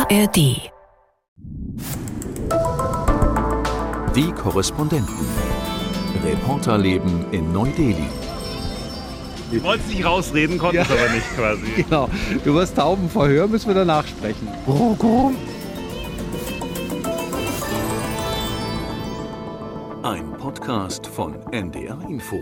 ARD. Die Korrespondenten. Reporterleben in Neu-Delhi. Du wolltest nicht rausreden, konntest aber nicht quasi. Genau. Über das Taubenverhör müssen wir danach sprechen. Ein Podcast von NDR Info.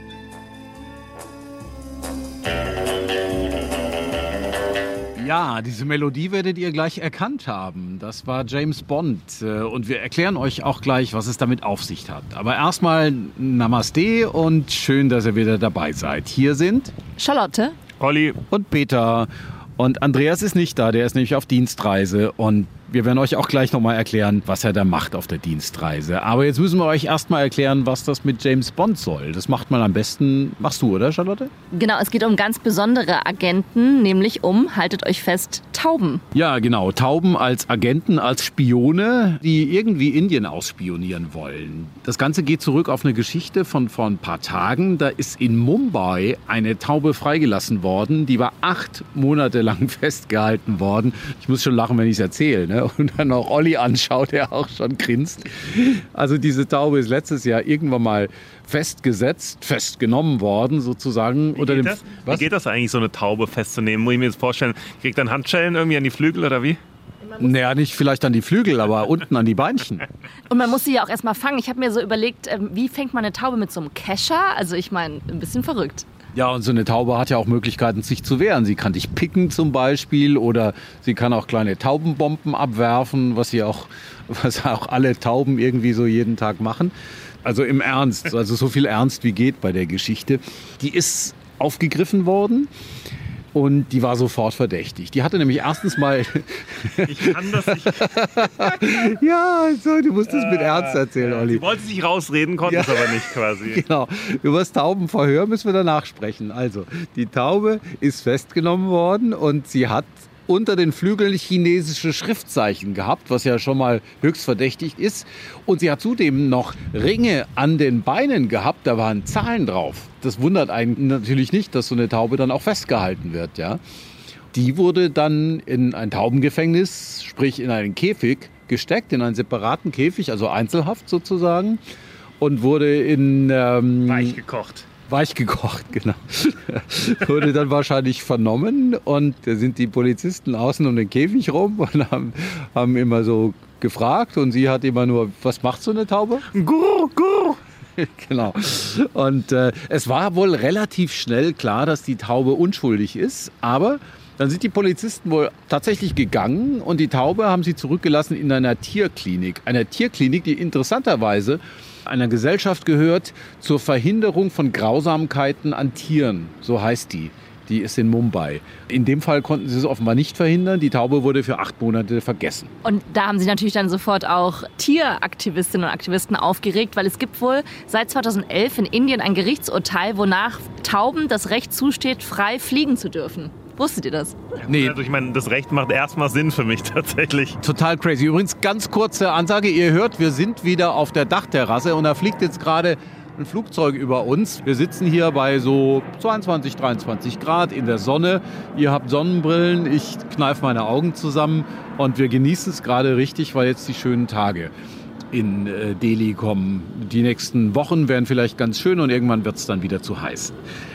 Ja, diese Melodie werdet ihr gleich erkannt haben. Das war James Bond. Und wir erklären euch auch gleich, was es damit auf sich hat. Aber erstmal Namaste und schön, dass ihr wieder dabei seid. Hier sind Charlotte, Olli und Peter. Und Andreas ist nicht da, der ist nämlich auf Dienstreise. Und wir werden euch auch gleich nochmal erklären, was er da macht auf der Dienstreise. Aber jetzt müssen wir euch erstmal erklären, was das mit James Bond soll. Das macht man am besten, machst du, oder Charlotte? genau, es geht um ganz besondere Agenten, nämlich um, haltet euch fest, Tauben. Ja, genau. Tauben als Agenten, als Spione, die irgendwie Indien ausspionieren wollen. Das Ganze geht zurück auf eine Geschichte von vor ein paar Tagen. Da ist in Mumbai eine Taube freigelassen worden. Die war 8 Monate lang festgehalten worden. Ich muss schon lachen, wenn ich es erzähle, ne? Und dann auch Olli anschaut, der auch schon grinst. Also diese Taube ist letztes Jahr irgendwann mal festgenommen worden, sozusagen. Wie geht das eigentlich, so eine Taube festzunehmen? Muss ich mir jetzt vorstellen, kriegt dann Handschellen irgendwie an die Flügel oder wie? Naja, nicht vielleicht an die Flügel, aber unten an die Beinchen. Und man muss sie ja auch erstmal fangen. Ich habe mir so überlegt, wie fängt man eine Taube mit so einem Kescher? Also ich meine, ein bisschen verrückt. Ja, und so eine Taube hat ja auch Möglichkeiten, sich zu wehren. Sie kann dich picken zum Beispiel oder sie kann auch kleine Taubenbomben abwerfen, was auch alle Tauben irgendwie so jeden Tag machen. Also im Ernst, also so viel Ernst wie geht bei der Geschichte. Die ist aufgegriffen worden. Und die war sofort verdächtig. Die hatte nämlich erstens mal... Ich kann das nicht. Ja, so, du musst es mit Ernst erzählen, Olli. Du wolltest nicht rausreden, konntest aber nicht quasi. Genau. Über das Taubenverhör müssen wir danach sprechen. Also, die Taube ist festgenommen worden und sie hat unter den Flügeln chinesische Schriftzeichen gehabt, was ja schon mal höchst verdächtig ist. Und sie hat zudem noch Ringe an den Beinen gehabt, da waren Zahlen drauf. Das wundert einen natürlich nicht, dass so eine Taube dann auch festgehalten wird, ja. Die wurde dann in ein Taubengefängnis, sprich in einen Käfig gesteckt, in einen separaten Käfig, also Einzelhaft sozusagen, und wurde in... Weich gekocht, genau. Wurde dann wahrscheinlich vernommen und da sind die Polizisten außen um den Käfig rum und haben immer so gefragt und sie hat immer nur, was macht so eine Taube? Gurr, gurr. Genau. Und es war wohl relativ schnell klar, dass die Taube unschuldig ist, aber dann sind die Polizisten wohl tatsächlich gegangen und die Taube haben sie zurückgelassen in einer Tierklinik. Einer Tierklinik, die interessanterweise einer Gesellschaft gehört zur Verhinderung von Grausamkeiten an Tieren. So heißt die. Die ist in Mumbai. In dem Fall konnten sie es offenbar nicht verhindern. Die Taube wurde für 8 Monate vergessen. Und da haben sich natürlich dann sofort auch Tieraktivistinnen und Aktivisten aufgeregt, weil es gibt wohl seit 2011 in Indien ein Gerichtsurteil, wonach Tauben das Recht zusteht, frei fliegen zu dürfen. Wusstet ihr das? Nee. Also ich meine, das Recht macht erstmal Sinn für mich tatsächlich. Total crazy. Übrigens, ganz kurze Ansage. Ihr hört, wir sind wieder auf der Dachterrasse und da fliegt jetzt gerade ein Flugzeug über uns. Wir sitzen hier bei so 22, 23 Grad in der Sonne. Ihr habt Sonnenbrillen, ich kneife meine Augen zusammen und wir genießen es gerade richtig, weil jetzt die schönen Tage in Delhi kommen. Die nächsten Wochen werden vielleicht ganz schön und irgendwann wird es dann wieder zu heiß.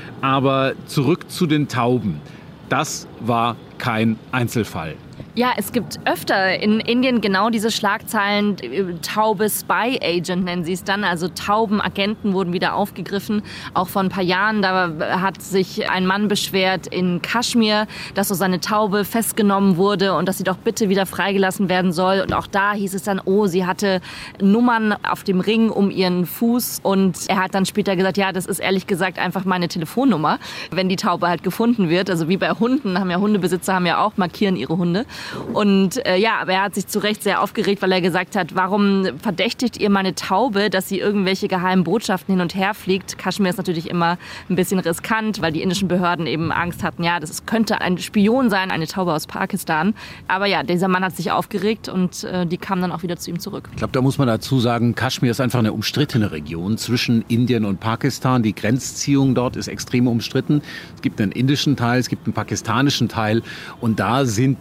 Aber zurück zu den Tauben. Das war kein Einzelfall. Ja, es gibt öfter in Indien genau diese Schlagzeilen, Taube Spy Agent nennen sie es dann, also Taubenagenten wurden wieder aufgegriffen. Auch vor ein paar Jahren, da hat sich ein Mann beschwert in Kaschmir, dass so seine Taube festgenommen wurde und dass sie doch bitte wieder freigelassen werden soll. Und auch da hieß es dann, oh, sie hatte Nummern auf dem Ring um ihren Fuß und er hat dann später gesagt, ja, das ist ehrlich gesagt einfach meine Telefonnummer, wenn die Taube halt gefunden wird. Also wie bei Hunden, Hundebesitzer haben ja auch, markieren ihre Hunde. Und aber er hat sich zu Recht sehr aufgeregt, weil er gesagt hat, warum verdächtigt ihr meine Taube, dass sie irgendwelche geheimen Botschaften hin und her fliegt? Kaschmir ist natürlich immer ein bisschen riskant, weil die indischen Behörden eben Angst hatten, ja, könnte ein Spion sein, eine Taube aus Pakistan. Aber ja, dieser Mann hat sich aufgeregt und die kam dann auch wieder zu ihm zurück. Ich glaube, da muss man dazu sagen, Kaschmir ist einfach eine umstrittene Region zwischen Indien und Pakistan. Die Grenzziehung dort ist extrem umstritten. Es gibt einen indischen Teil, es gibt einen pakistanischen Teil und da sind die Inder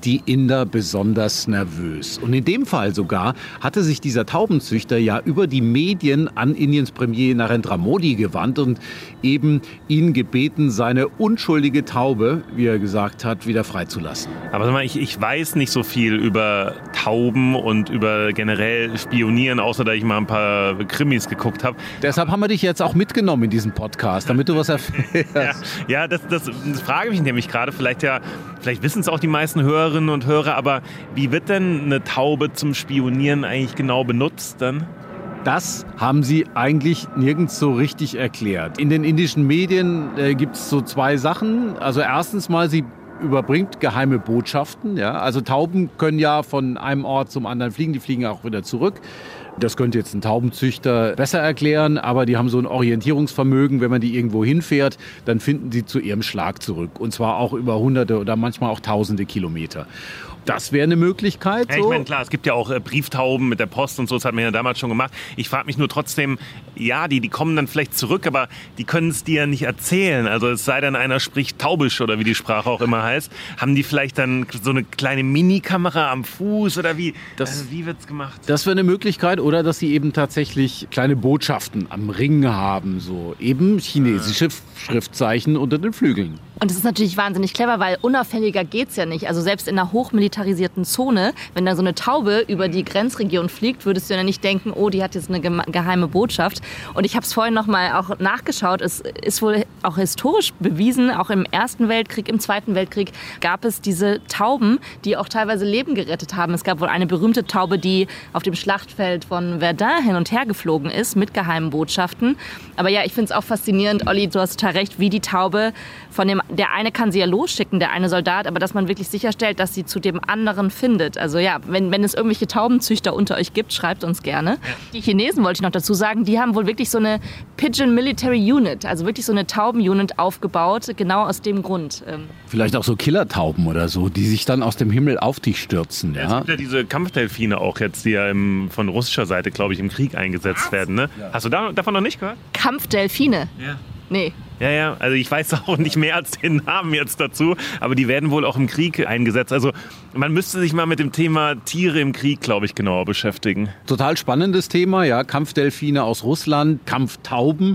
Kinder besonders nervös. Und in dem Fall sogar hatte sich dieser Taubenzüchter ja über die Medien an Indiens Premier Narendra Modi gewandt und eben ihn gebeten, seine unschuldige Taube, wie er gesagt hat, wieder freizulassen. Aber sag mal, ich weiß nicht so viel über Tauben und über generell Spionieren, außer dass ich mal ein paar Krimis geguckt habe. Deshalb haben wir dich jetzt auch mitgenommen in diesen Podcast, damit du was erfährst. Ja, das frage ich mich nämlich gerade. Vielleicht wissen es auch die meisten Hörerinnen und Hörer, aber wie wird denn eine Taube zum Spionieren eigentlich genau benutzt dann? Das haben sie eigentlich nirgends so richtig erklärt. In den indischen Medien gibt es so zwei Sachen. Also erstens mal, sie überbringt geheime Botschaften. Ja? Also Tauben können ja von einem Ort zum anderen fliegen, die fliegen auch wieder zurück. Das könnte jetzt ein Taubenzüchter besser erklären, aber die haben so ein Orientierungsvermögen. Wenn man die irgendwo hinfährt, dann finden sie zu ihrem Schlag zurück. Und zwar auch über Hunderte oder manchmal auch tausende Kilometer. Das wäre eine Möglichkeit. Ja, ich meine, klar, es gibt ja auch Brieftauben mit der Post und so, das hat man ja damals schon gemacht. Ich frage mich nur trotzdem, ja, die kommen dann vielleicht zurück, aber die können es dir ja nicht erzählen. Also es sei denn, einer spricht Taubisch oder wie die Sprache auch immer heißt. Haben die vielleicht dann so eine kleine Mini-Kamera am Fuß oder wie? Wie wird's gemacht? Das wäre eine Möglichkeit, oder dass sie eben tatsächlich kleine Botschaften am Ring haben, so eben chinesische Schriftzeichen unter den Flügeln. Und das ist natürlich wahnsinnig clever, weil unauffälliger geht's ja nicht. Also selbst in einer hochmilitarisierten Zone, wenn da so eine Taube über die Grenzregion fliegt, würdest du ja nicht denken, oh, die hat jetzt eine geheime Botschaft. Und ich habe es vorhin noch mal auch nachgeschaut. Es ist wohl auch historisch bewiesen, auch im Ersten Weltkrieg, im Zweiten Weltkrieg gab es diese Tauben, die auch teilweise Leben gerettet haben. Es gab wohl eine berühmte Taube, die auf dem Schlachtfeld von Verdun hin und her geflogen ist mit geheimen Botschaften. Aber ja, ich finde es auch faszinierend, Olli, du hast total recht, wie die Taube der eine kann sie ja losschicken, der eine Soldat, aber dass man wirklich sicherstellt, dass sie zu dem anderen findet. Also ja, wenn es irgendwelche Taubenzüchter unter euch gibt, schreibt uns gerne. Ja. Die Chinesen, wollte ich noch dazu sagen, die haben wohl wirklich so eine Pigeon Military Unit, also wirklich so eine Taubenunit aufgebaut, genau aus dem Grund. Vielleicht auch so Killertauben oder so, die sich dann aus dem Himmel auf dich stürzen. Ja? Es gibt ja diese Kampfdelfine auch jetzt, die ja von russischer Seite, glaube ich, im Krieg eingesetzt werden. Ne? Ja. Hast du davon noch nicht gehört? Kampfdelfine? Ja. Nee. Ja, also ich weiß auch nicht mehr als den Namen jetzt dazu, aber die werden wohl auch im Krieg eingesetzt. Also man müsste sich mal mit dem Thema Tiere im Krieg, glaube ich, genauer beschäftigen. Total spannendes Thema, ja. Kampfdelfine aus Russland, Kampftauben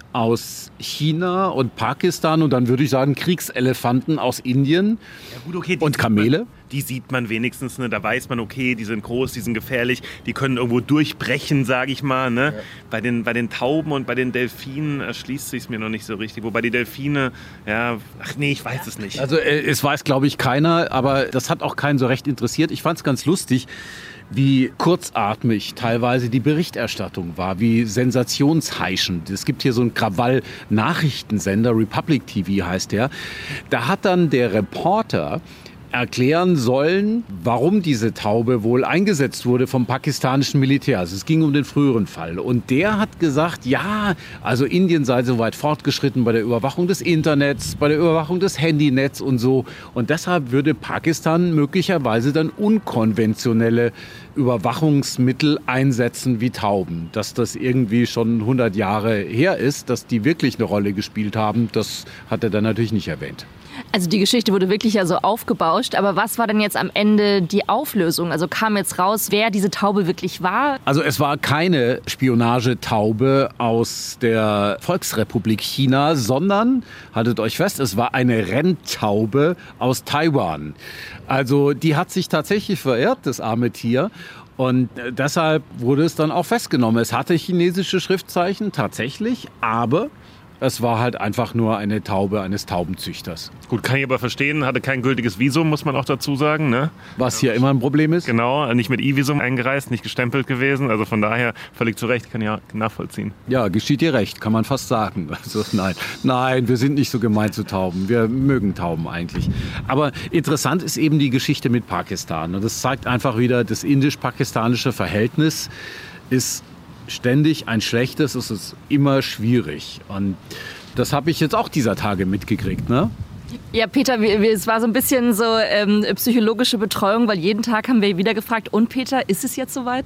aus China und Pakistan und dann würde ich sagen Kriegselefanten aus Indien. Ja, gut, okay, und Kamele. Die sieht man wenigstens, ne? Da weiß man, okay, die sind groß, die sind gefährlich, die können irgendwo durchbrechen, sage ich mal. Ne? Ja. Bei den Tauben und bei den Delfinen erschließt sich es mir noch nicht so richtig. Wobei die Delfine, ich weiß es nicht. Also es weiß, glaube ich, keiner, aber das hat auch keinen so recht interessiert. Ich fand es ganz lustig, wie kurzatmig teilweise die Berichterstattung war, wie sensationsheischend. Es gibt hier so einen Krawall-Nachrichtensender, Republic TV heißt der. Da hat dann der Reporter erklären sollen, warum diese Taube wohl eingesetzt wurde vom pakistanischen Militär. Also es ging um den früheren Fall. Und der hat gesagt, ja, also Indien sei so weit fortgeschritten bei der Überwachung des Internets, bei der Überwachung des Handynetz und so. Und deshalb würde Pakistan möglicherweise dann unkonventionelle Überwachungsmittel einsetzen wie Tauben. Dass das irgendwie schon 100 Jahre her ist, dass die wirklich eine Rolle gespielt haben, das hat er dann natürlich nicht erwähnt. Also die Geschichte wurde wirklich ja so aufgebauscht, aber was war denn jetzt am Ende die Auflösung? Also kam jetzt raus, wer diese Taube wirklich war? Also es war keine Spionagetaube aus der Volksrepublik China, sondern, haltet euch fest, es war eine Renntaube aus Taiwan. Also die hat sich tatsächlich verirrt, das arme Tier. Und deshalb wurde es dann auch festgenommen. Es hatte chinesische Schriftzeichen tatsächlich, aber es war halt einfach nur eine Taube eines Taubenzüchters. Gut, kann ich aber verstehen, hatte kein gültiges Visum, muss man auch dazu sagen. Ne? Was hier immer ein Problem ist. Genau, nicht mit E-Visum eingereist, nicht gestempelt gewesen. Also von daher völlig zu Recht, kann ich ja nachvollziehen. Ja, geschieht dir recht, kann man fast sagen. Also nein, wir sind nicht so gemein zu Tauben. Wir mögen Tauben eigentlich. Aber interessant ist eben die Geschichte mit Pakistan. Und das zeigt einfach wieder, das indisch-pakistanische Verhältnis ist ständig ein schlechtes, es ist immer schwierig. Und das habe ich jetzt auch dieser Tage mitgekriegt, ne? Ja, Peter, es war so ein bisschen so psychologische Betreuung, weil jeden Tag haben wir wieder gefragt, und Peter, ist es jetzt soweit?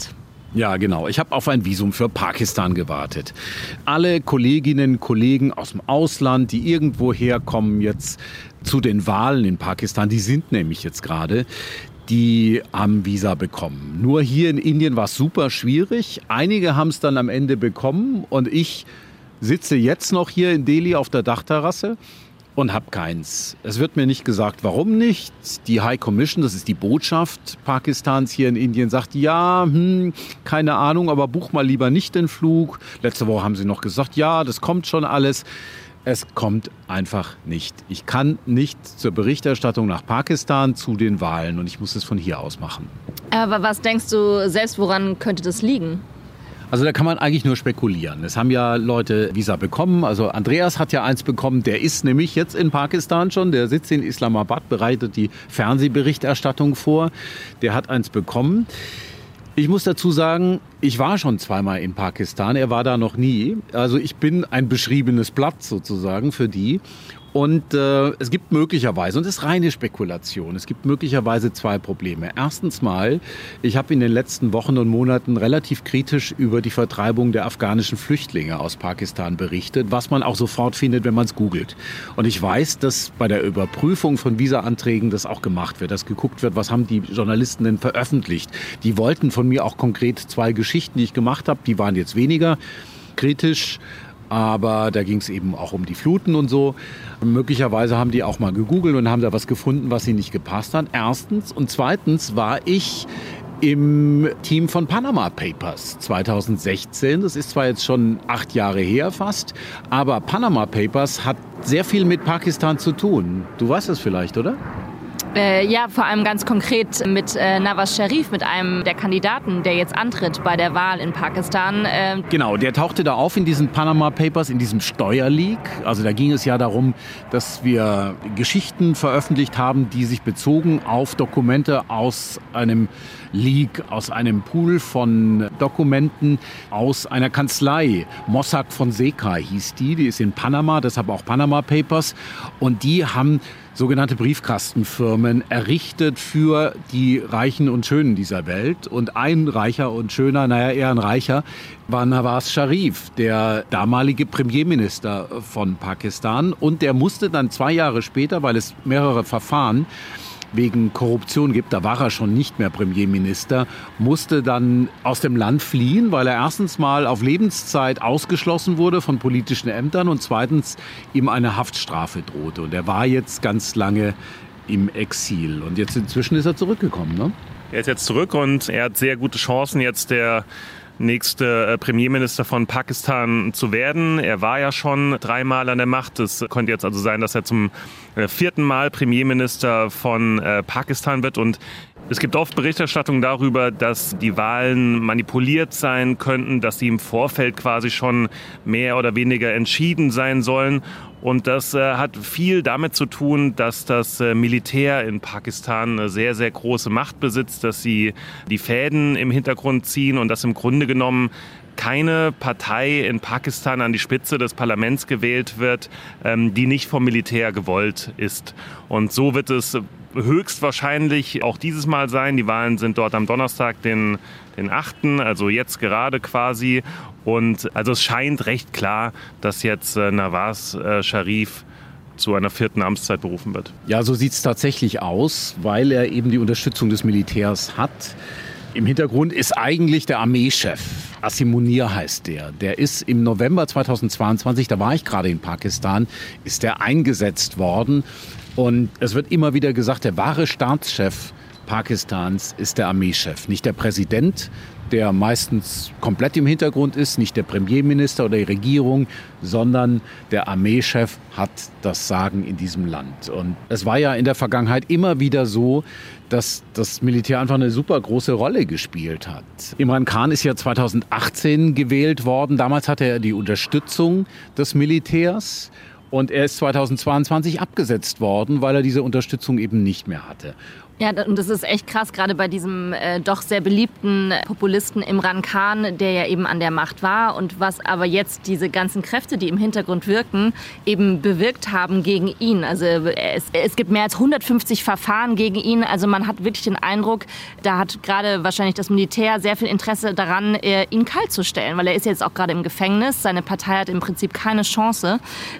Ja, genau. Ich habe auf ein Visum für Pakistan gewartet. Alle Kolleginnen und Kollegen aus dem Ausland, die irgendwo herkommen jetzt zu den Wahlen in Pakistan, die sind nämlich jetzt gerade, die haben Visa bekommen. Nur hier in Indien war es super schwierig. Einige haben es dann am Ende bekommen und ich sitze jetzt noch hier in Delhi auf der Dachterrasse und habe keins. Es wird mir nicht gesagt, warum nicht. Die High Commission, das ist die Botschaft Pakistans hier in Indien, sagt, ja, keine Ahnung, aber buch mal lieber nicht den Flug. Letzte Woche haben sie noch gesagt, ja, das kommt schon alles. Es kommt einfach nicht. Ich kann nicht zur Berichterstattung nach Pakistan zu den Wahlen und ich muss es von hier aus machen. Aber was denkst du selbst, woran könnte das liegen? Also da kann man eigentlich nur spekulieren. Es haben ja Leute Visa bekommen. Also Andreas hat ja eins bekommen. Der ist nämlich jetzt in Pakistan schon. Der sitzt in Islamabad, bereitet die Fernsehberichterstattung vor. Der hat eins bekommen. Ich muss dazu sagen, ich war schon zweimal in Pakistan. Er war da noch nie. Also ich bin ein beschriebenes Blatt sozusagen für die. Und es gibt möglicherweise, und das ist reine Spekulation, es gibt möglicherweise zwei Probleme. Erstens mal, ich habe in den letzten Wochen und Monaten relativ kritisch über die Vertreibung der afghanischen Flüchtlinge aus Pakistan berichtet, was man auch sofort findet, wenn man es googelt. Und ich weiß, dass bei der Überprüfung von Visa-Anträgen das auch gemacht wird, dass geguckt wird, was haben die Journalisten denn veröffentlicht. Die wollten von mir auch konkret 2 Geschichten, die ich gemacht habe, die waren jetzt weniger kritisch. Aber da ging es eben auch um die Fluten und so. Möglicherweise haben die auch mal gegoogelt und haben da was gefunden, was ihnen nicht gepasst hat. Erstens. Und zweitens war ich im Team von Panama Papers 2016. Das ist zwar jetzt schon 8 Jahre her fast, aber Panama Papers hat sehr viel mit Pakistan zu tun. Du weißt es vielleicht, oder? Ja, vor allem ganz konkret mit Nawaz Sharif, mit einem der Kandidaten, der jetzt antritt bei der Wahl in Pakistan. Genau, der tauchte da auf in diesen Panama Papers, in diesem Steuerleak. Also da ging es ja darum, dass wir Geschichten veröffentlicht haben, die sich bezogen auf Dokumente aus einem Leak, aus einem Pool von Dokumenten aus einer Kanzlei. Mossack Fonseca hieß die ist in Panama, deshalb auch Panama Papers. Und die haben sogenannte Briefkastenfirmen errichtet für die Reichen und Schönen dieser Welt. Und ein Reicher und Schöner, eher ein Reicher, war Nawaz Sharif, der damalige Premierminister von Pakistan. Und der musste dann 2 Jahre später, weil es mehrere Verfahren wegen Korruption gibt, da war er schon nicht mehr Premierminister, musste dann aus dem Land fliehen, weil er erstens mal auf Lebenszeit ausgeschlossen wurde von politischen Ämtern und zweitens ihm eine Haftstrafe drohte. Und er war jetzt ganz lange im Exil. Und jetzt inzwischen ist er zurückgekommen, ne? Er ist jetzt zurück und er hat sehr gute Chancen, jetzt der nächste Premierminister von Pakistan zu werden. Er war ja schon 3-mal an der Macht. Es könnte jetzt also sein, dass er zum 4. Mal Premierminister von Pakistan wird. Und es gibt oft Berichterstattung darüber, dass die Wahlen manipuliert sein könnten, dass sie im Vorfeld quasi schon mehr oder weniger entschieden sein sollen. Und das hat viel damit zu tun, dass das Militär in Pakistan eine sehr, sehr große Macht besitzt, dass sie die Fäden im Hintergrund ziehen und dass im Grunde genommen keine Partei in Pakistan an die Spitze des Parlaments gewählt wird, die nicht vom Militär gewollt ist. Und so wird es höchstwahrscheinlich auch dieses Mal sein. Die Wahlen sind dort am Donnerstag, den 8., also jetzt gerade quasi. Und also es scheint recht klar, dass jetzt Nawaz Sharif zu einer 4. Amtszeit berufen wird. Ja, so sieht es tatsächlich aus, weil er eben die Unterstützung des Militärs hat. Im Hintergrund ist eigentlich der Armeechef. Asim Munir heißt der. Der ist im November 2022, da war ich gerade in Pakistan, ist der eingesetzt worden. Und es wird immer wieder gesagt, der wahre Staatschef Pakistans ist der Armeechef, nicht der Präsident, der meistens komplett im Hintergrund ist, nicht der Premierminister oder die Regierung, sondern der Armeechef hat das Sagen in diesem Land. Und es war ja in der Vergangenheit immer wieder so, dass das Militär einfach eine super große Rolle gespielt hat. Imran Khan ist ja 2018 gewählt worden. Damals hatte er die Unterstützung des Militärs. Und er ist 2022 abgesetzt worden, weil er diese Unterstützung eben nicht mehr hatte. Ja, und das ist echt krass, gerade bei diesem doch sehr beliebten Populisten Imran Khan, der ja eben an der Macht war und was aber jetzt diese ganzen Kräfte, die im Hintergrund wirken, eben bewirkt haben gegen ihn. Also es gibt mehr als 150 Verfahren gegen ihn. Also man hat wirklich den Eindruck, da hat gerade wahrscheinlich das Militär sehr viel Interesse daran, ihn kalt zu stellen, weil er ist jetzt auch gerade im Gefängnis. Seine Partei hat im Prinzip keine Chance.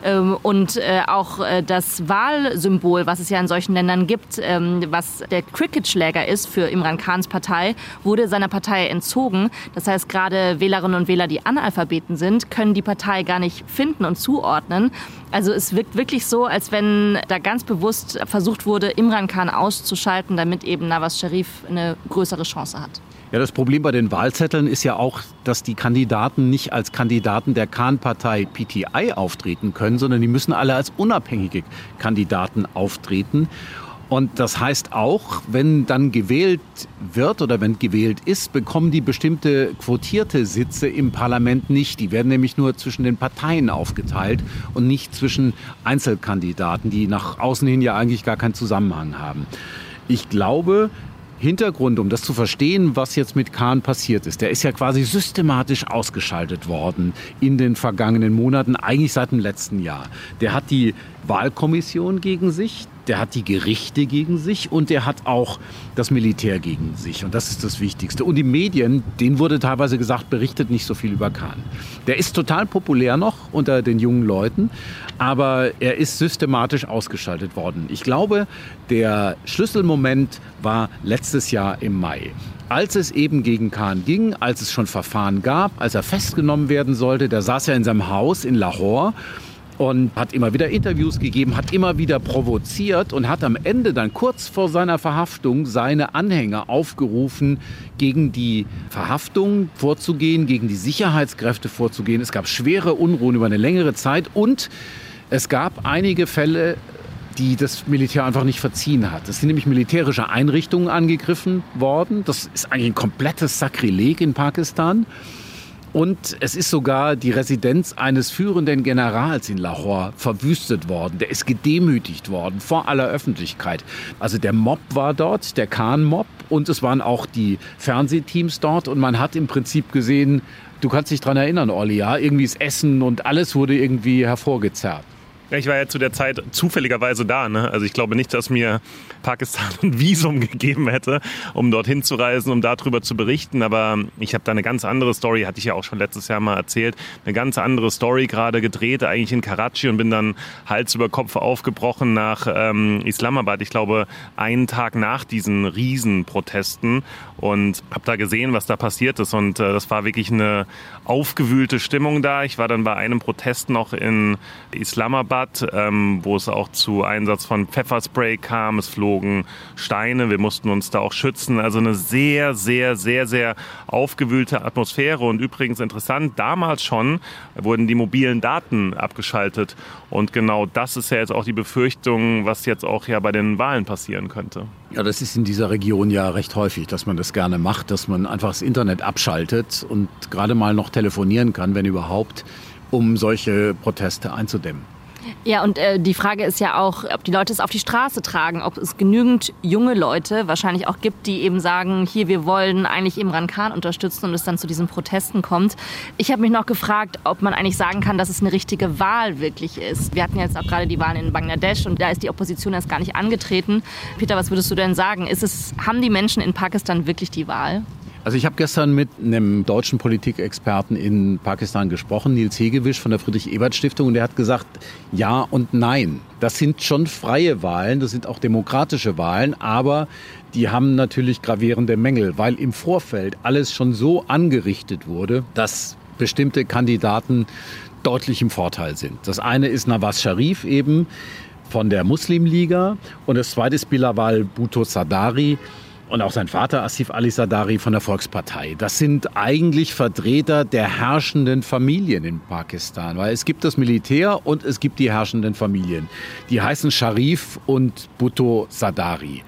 Und auch das Wahlsymbol, was es ja in solchen Ländern gibt, was der Cricket-Schläger ist für Imran Khans Partei, wurde seiner Partei entzogen. Das heißt, gerade Wählerinnen und Wähler, die Analphabeten sind, können die Partei gar nicht finden und zuordnen. Also es wirkt wirklich so, als wenn da ganz bewusst versucht wurde, Imran Khan auszuschalten, damit eben Nawaz Sharif eine größere Chance hat. Ja, das Problem bei den Wahlzetteln ist ja auch, dass die Kandidaten nicht als Kandidaten der Khan-Partei PTI auftreten können, sondern die müssen alle als unabhängige Kandidaten auftreten. Und das heißt auch, wenn dann gewählt wird oder wenn gewählt ist, bekommen die bestimmte quotierte Sitze im Parlament nicht. Die werden nämlich nur zwischen den Parteien aufgeteilt und nicht zwischen Einzelkandidaten, die nach außen hin ja eigentlich gar keinen Zusammenhang haben. Ich glaube, Hintergrund, um das zu verstehen, was jetzt mit Khan passiert ist. Der ist ja quasi systematisch ausgeschaltet worden in den vergangenen Monaten, eigentlich seit dem letzten Jahr. Der hat die Wahlkommission gegen sich, der hat die Gerichte gegen sich und der hat auch das Militär gegen sich. Und das ist das Wichtigste. Und die Medien, denen wurde teilweise gesagt, berichtet nicht so viel über Khan. Der ist total populär noch unter den jungen Leuten, aber er ist systematisch ausgeschaltet worden. Ich glaube, der Schlüsselmoment war letztes Jahr im Mai. Als es eben gegen Khan ging, als es schon Verfahren gab, als er festgenommen werden sollte, da saß er in seinem Haus in Lahore und hat immer wieder Interviews gegeben, hat immer wieder provoziert und hat am Ende dann kurz vor seiner Verhaftung seine Anhänger aufgerufen, gegen die Verhaftung vorzugehen, gegen die Sicherheitskräfte vorzugehen. Es gab schwere Unruhen über eine längere Zeit und es gab einige Fälle, die das Militär einfach nicht verziehen hat. Es sind nämlich militärische Einrichtungen angegriffen worden. Das ist eigentlich ein komplettes Sakrileg in Pakistan. Und es ist sogar die Residenz eines führenden Generals in Lahore verwüstet worden. Der ist gedemütigt worden vor aller Öffentlichkeit. Also der Mob war dort, der Khan-Mob. Und es waren auch die Fernsehteams dort. Und man hat im Prinzip gesehen, du kannst dich dran erinnern, Olli, ja? Irgendwie das Essen und alles wurde irgendwie hervorgezerrt. Ja, ich war ja zu der Zeit zufälligerweise da. Ne? Also ich glaube nicht, dass mir Pakistan ein Visum gegeben hätte, um dorthin zu reisen, um darüber zu berichten. Aber ich habe da eine ganz andere Story, hatte ich ja auch schon letztes Jahr mal erzählt, eine ganz andere Story gerade gedreht, eigentlich in Karachi und bin dann Hals über Kopf aufgebrochen nach Islamabad. Ich glaube, einen Tag nach diesen Riesenprotesten und habe da gesehen, was da passiert ist. Und das war wirklich eine aufgewühlte Stimmung da. Ich war dann bei einem Protest noch in Islamabad, wo es auch zu Einsatz von Pfefferspray kam. Es flogen Steine, wir mussten uns da auch schützen. Also eine sehr, sehr, sehr, sehr aufgewühlte Atmosphäre. Und übrigens interessant, damals schon wurden die mobilen Daten abgeschaltet. Und genau das ist ja jetzt auch die Befürchtung, was jetzt auch ja bei den Wahlen passieren könnte. Ja, das ist in dieser Region ja recht häufig, dass man das gerne macht, dass man einfach das Internet abschaltet und gerade mal noch telefonieren kann, wenn überhaupt, um solche Proteste einzudämmen. Ja, und die Frage ist ja auch, ob die Leute es auf die Straße tragen, ob es genügend junge Leute wahrscheinlich auch gibt, die eben sagen, hier, wir wollen eigentlich Imran Khan unterstützen und es dann zu diesen Protesten kommt. Ich habe mich noch gefragt, ob man eigentlich sagen kann, dass es eine richtige Wahl wirklich ist. Wir hatten jetzt auch gerade die Wahlen in Bangladesch und da ist die Opposition erst gar nicht angetreten. Peter, was würdest du denn sagen? Haben die Menschen in Pakistan wirklich die Wahl? Also ich habe gestern mit einem deutschen Politikexperten in Pakistan gesprochen, Nils Hegewisch von der Friedrich-Ebert-Stiftung, und der hat gesagt, ja und nein. Das sind schon freie Wahlen, das sind auch demokratische Wahlen, aber die haben natürlich gravierende Mängel, weil im Vorfeld alles schon so angerichtet wurde, dass bestimmte Kandidaten deutlich im Vorteil sind. Das eine ist Nawaz Sharif eben von der Muslimliga und das zweite ist Bilawal Bhutto Zardari, und auch sein Vater Asif Ali Zardari von der Volkspartei. Das sind eigentlich Vertreter der herrschenden Familien in Pakistan. Weil es gibt das Militär und es gibt die herrschenden Familien. Die heißen Sharif und Bhutto Zardari.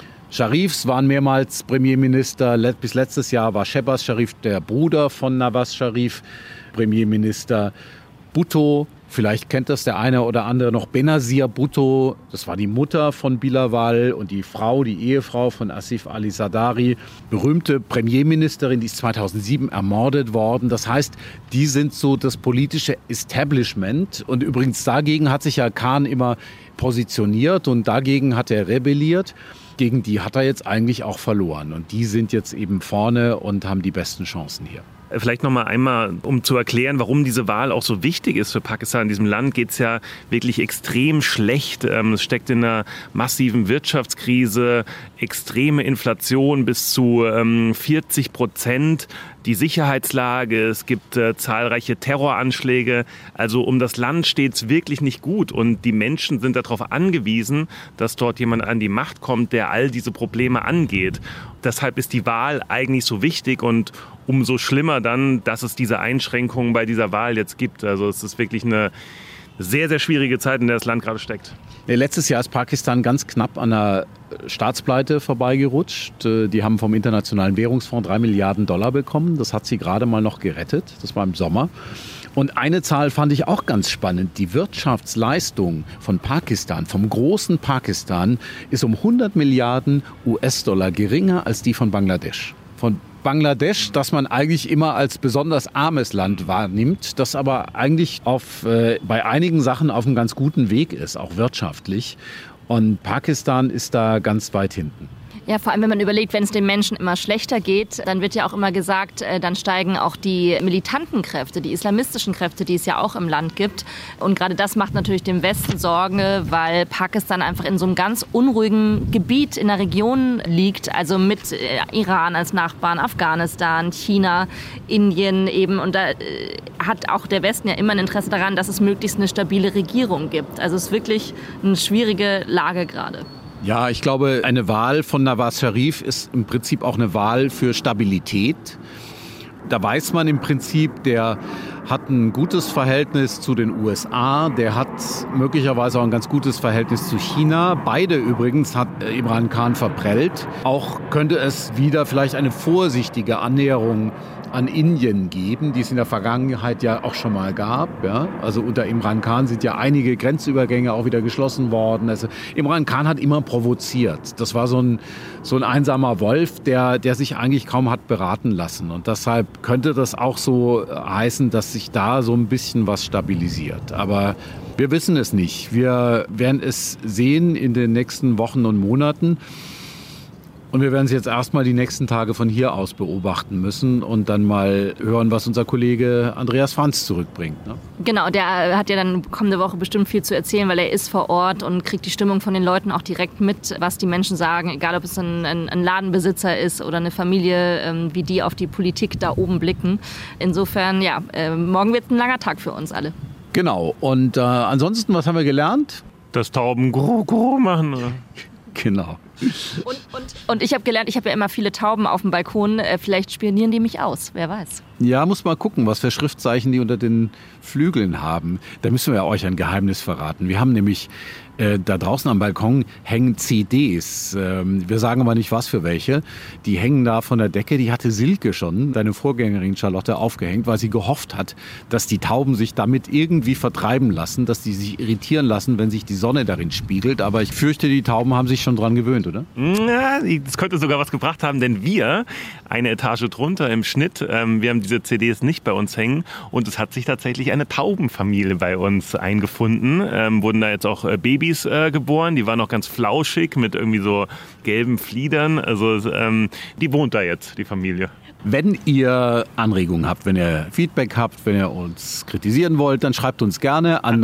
Sharifs waren mehrmals Premierminister. Bis letztes Jahr war Shehbaz Sharif, der Bruder von Nawaz Sharif, Premierminister. Bhutto Vielleicht kennt das der eine oder andere noch. Benazir Bhutto, das war die Mutter von Bilawal und die Ehefrau von Asif Ali Zardari, berühmte Premierministerin, die ist 2007 ermordet worden. Das heißt, die sind so das politische Establishment. Und übrigens dagegen hat sich ja Khan immer positioniert und dagegen hat er rebelliert. Gegen die hat er jetzt eigentlich auch verloren. Und die sind jetzt eben vorne und haben die besten Chancen hier. Vielleicht noch mal einmal, um zu erklären, warum diese Wahl auch so wichtig ist für Pakistan. In diesem Land geht es ja wirklich extrem schlecht. Es steckt in einer massiven Wirtschaftskrise, extreme Inflation bis zu 40%. Die Sicherheitslage, es gibt zahlreiche Terroranschläge. Also um das Land steht es wirklich nicht gut. Und die Menschen sind darauf angewiesen, dass dort jemand an die Macht kommt, der all diese Probleme angeht. Deshalb ist die Wahl eigentlich so wichtig und umso schlimmer dann, dass es diese Einschränkungen bei dieser Wahl jetzt gibt. Also es ist wirklich eine sehr, sehr schwierige Zeit, in der das Land gerade steckt. Letztes Jahr ist Pakistan ganz knapp an einer Staatspleite vorbeigerutscht. Die haben vom Internationalen Währungsfonds $3 Milliarden bekommen. Das hat sie gerade mal noch gerettet. Das war im Sommer. Und eine Zahl fand ich auch ganz spannend. Die Wirtschaftsleistung von Pakistan, vom großen Pakistan, ist um 100 Milliarden US-Dollar geringer als die von Bangladesch. Von Bangladesch, das man eigentlich immer als besonders armes Land wahrnimmt, das aber eigentlich bei einigen Sachen auf einem ganz guten Weg ist, auch wirtschaftlich. Und Pakistan ist da ganz weit hinten. Ja, vor allem, wenn man überlegt, wenn es den Menschen immer schlechter geht, dann wird ja auch immer gesagt, dann steigen auch die militanten Kräfte, die islamistischen Kräfte, die es ja auch im Land gibt. Und gerade das macht natürlich dem Westen Sorge, weil Pakistan einfach in so einem ganz unruhigen Gebiet in der Region liegt, also mit Iran als Nachbarn, Afghanistan, China, Indien eben. Und da hat auch der Westen ja immer ein Interesse daran, dass es möglichst eine stabile Regierung gibt. Also es ist wirklich eine schwierige Lage gerade. Ja, ich glaube, eine Wahl von Nawaz Sharif ist im Prinzip auch eine Wahl für Stabilität. Da weiß man im Prinzip, der hat ein gutes Verhältnis zu den USA, der hat möglicherweise auch ein ganz gutes Verhältnis zu China. Beide übrigens hat Imran Khan verprellt. Auch könnte es wieder vielleicht eine vorsichtige Annäherung an Indien geben, die es in der Vergangenheit ja auch schon mal gab. Ja? Also unter Imran Khan sind ja einige Grenzübergänge auch wieder geschlossen worden. Also Imran Khan hat immer provoziert. Das war so ein einsamer Wolf, der sich eigentlich kaum hat beraten lassen. Und deshalb könnte das auch so heißen, dass sich da so ein bisschen was stabilisiert. Aber wir wissen es nicht. Wir werden es sehen in den nächsten Wochen und Monaten. Und wir werden es jetzt erstmal die nächsten Tage von hier aus beobachten müssen und dann mal hören, was unser Kollege Andreas Franz zurückbringt. Ne? Genau, der hat ja dann kommende Woche bestimmt viel zu erzählen, weil er ist vor Ort und kriegt die Stimmung von den Leuten auch direkt mit, was die Menschen sagen, egal ob es ein Ladenbesitzer ist oder eine Familie, wie die auf die Politik da oben blicken. Insofern, ja, morgen wird ein langer Tag für uns alle. Genau, und ansonsten, was haben wir gelernt? Dass Tauben Gro machen. Genau. Und ich habe gelernt, ich habe ja immer viele Tauben auf dem Balkon. Vielleicht spionieren die mich aus, wer weiß. Ja, muss mal gucken, was für Schriftzeichen die unter den Flügeln haben. Da müssen wir euch ein Geheimnis verraten. Wir haben nämlich da draußen am Balkon hängen CDs. Wir sagen aber nicht, was für welche. Die hängen da von der Decke. Die hatte Silke schon, deine Vorgängerin Charlotte, aufgehängt, weil sie gehofft hat, dass die Tauben sich damit irgendwie vertreiben lassen, dass die sich irritieren lassen, wenn sich die Sonne darin spiegelt. Aber ich fürchte, die Tauben haben sich schon dran gewöhnt, oder? Ja, das könnte sogar was gebracht haben, denn wir, eine Etage drunter im Schnitt, wir haben diese CDs nicht bei uns hängen und es hat sich tatsächlich eine Taubenfamilie bei uns eingefunden. Wurden da jetzt auch Babys geboren, die waren noch ganz flauschig mit irgendwie so gelben Fliedern. Also die wohnt da jetzt, die Familie. Wenn ihr Anregungen habt, wenn ihr Feedback habt, wenn ihr uns kritisieren wollt, dann schreibt uns gerne an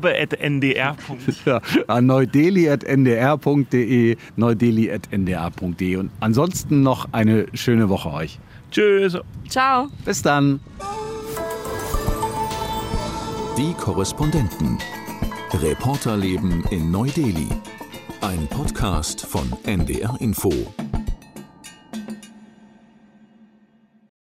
neudeli@ndr.de, neudeli@ndr.de. Und ansonsten noch eine schöne Woche euch. Tschüss. Ciao. Bis dann. Die Korrespondenten. Reporterleben in Neu-Delhi. Ein Podcast von NDR Info.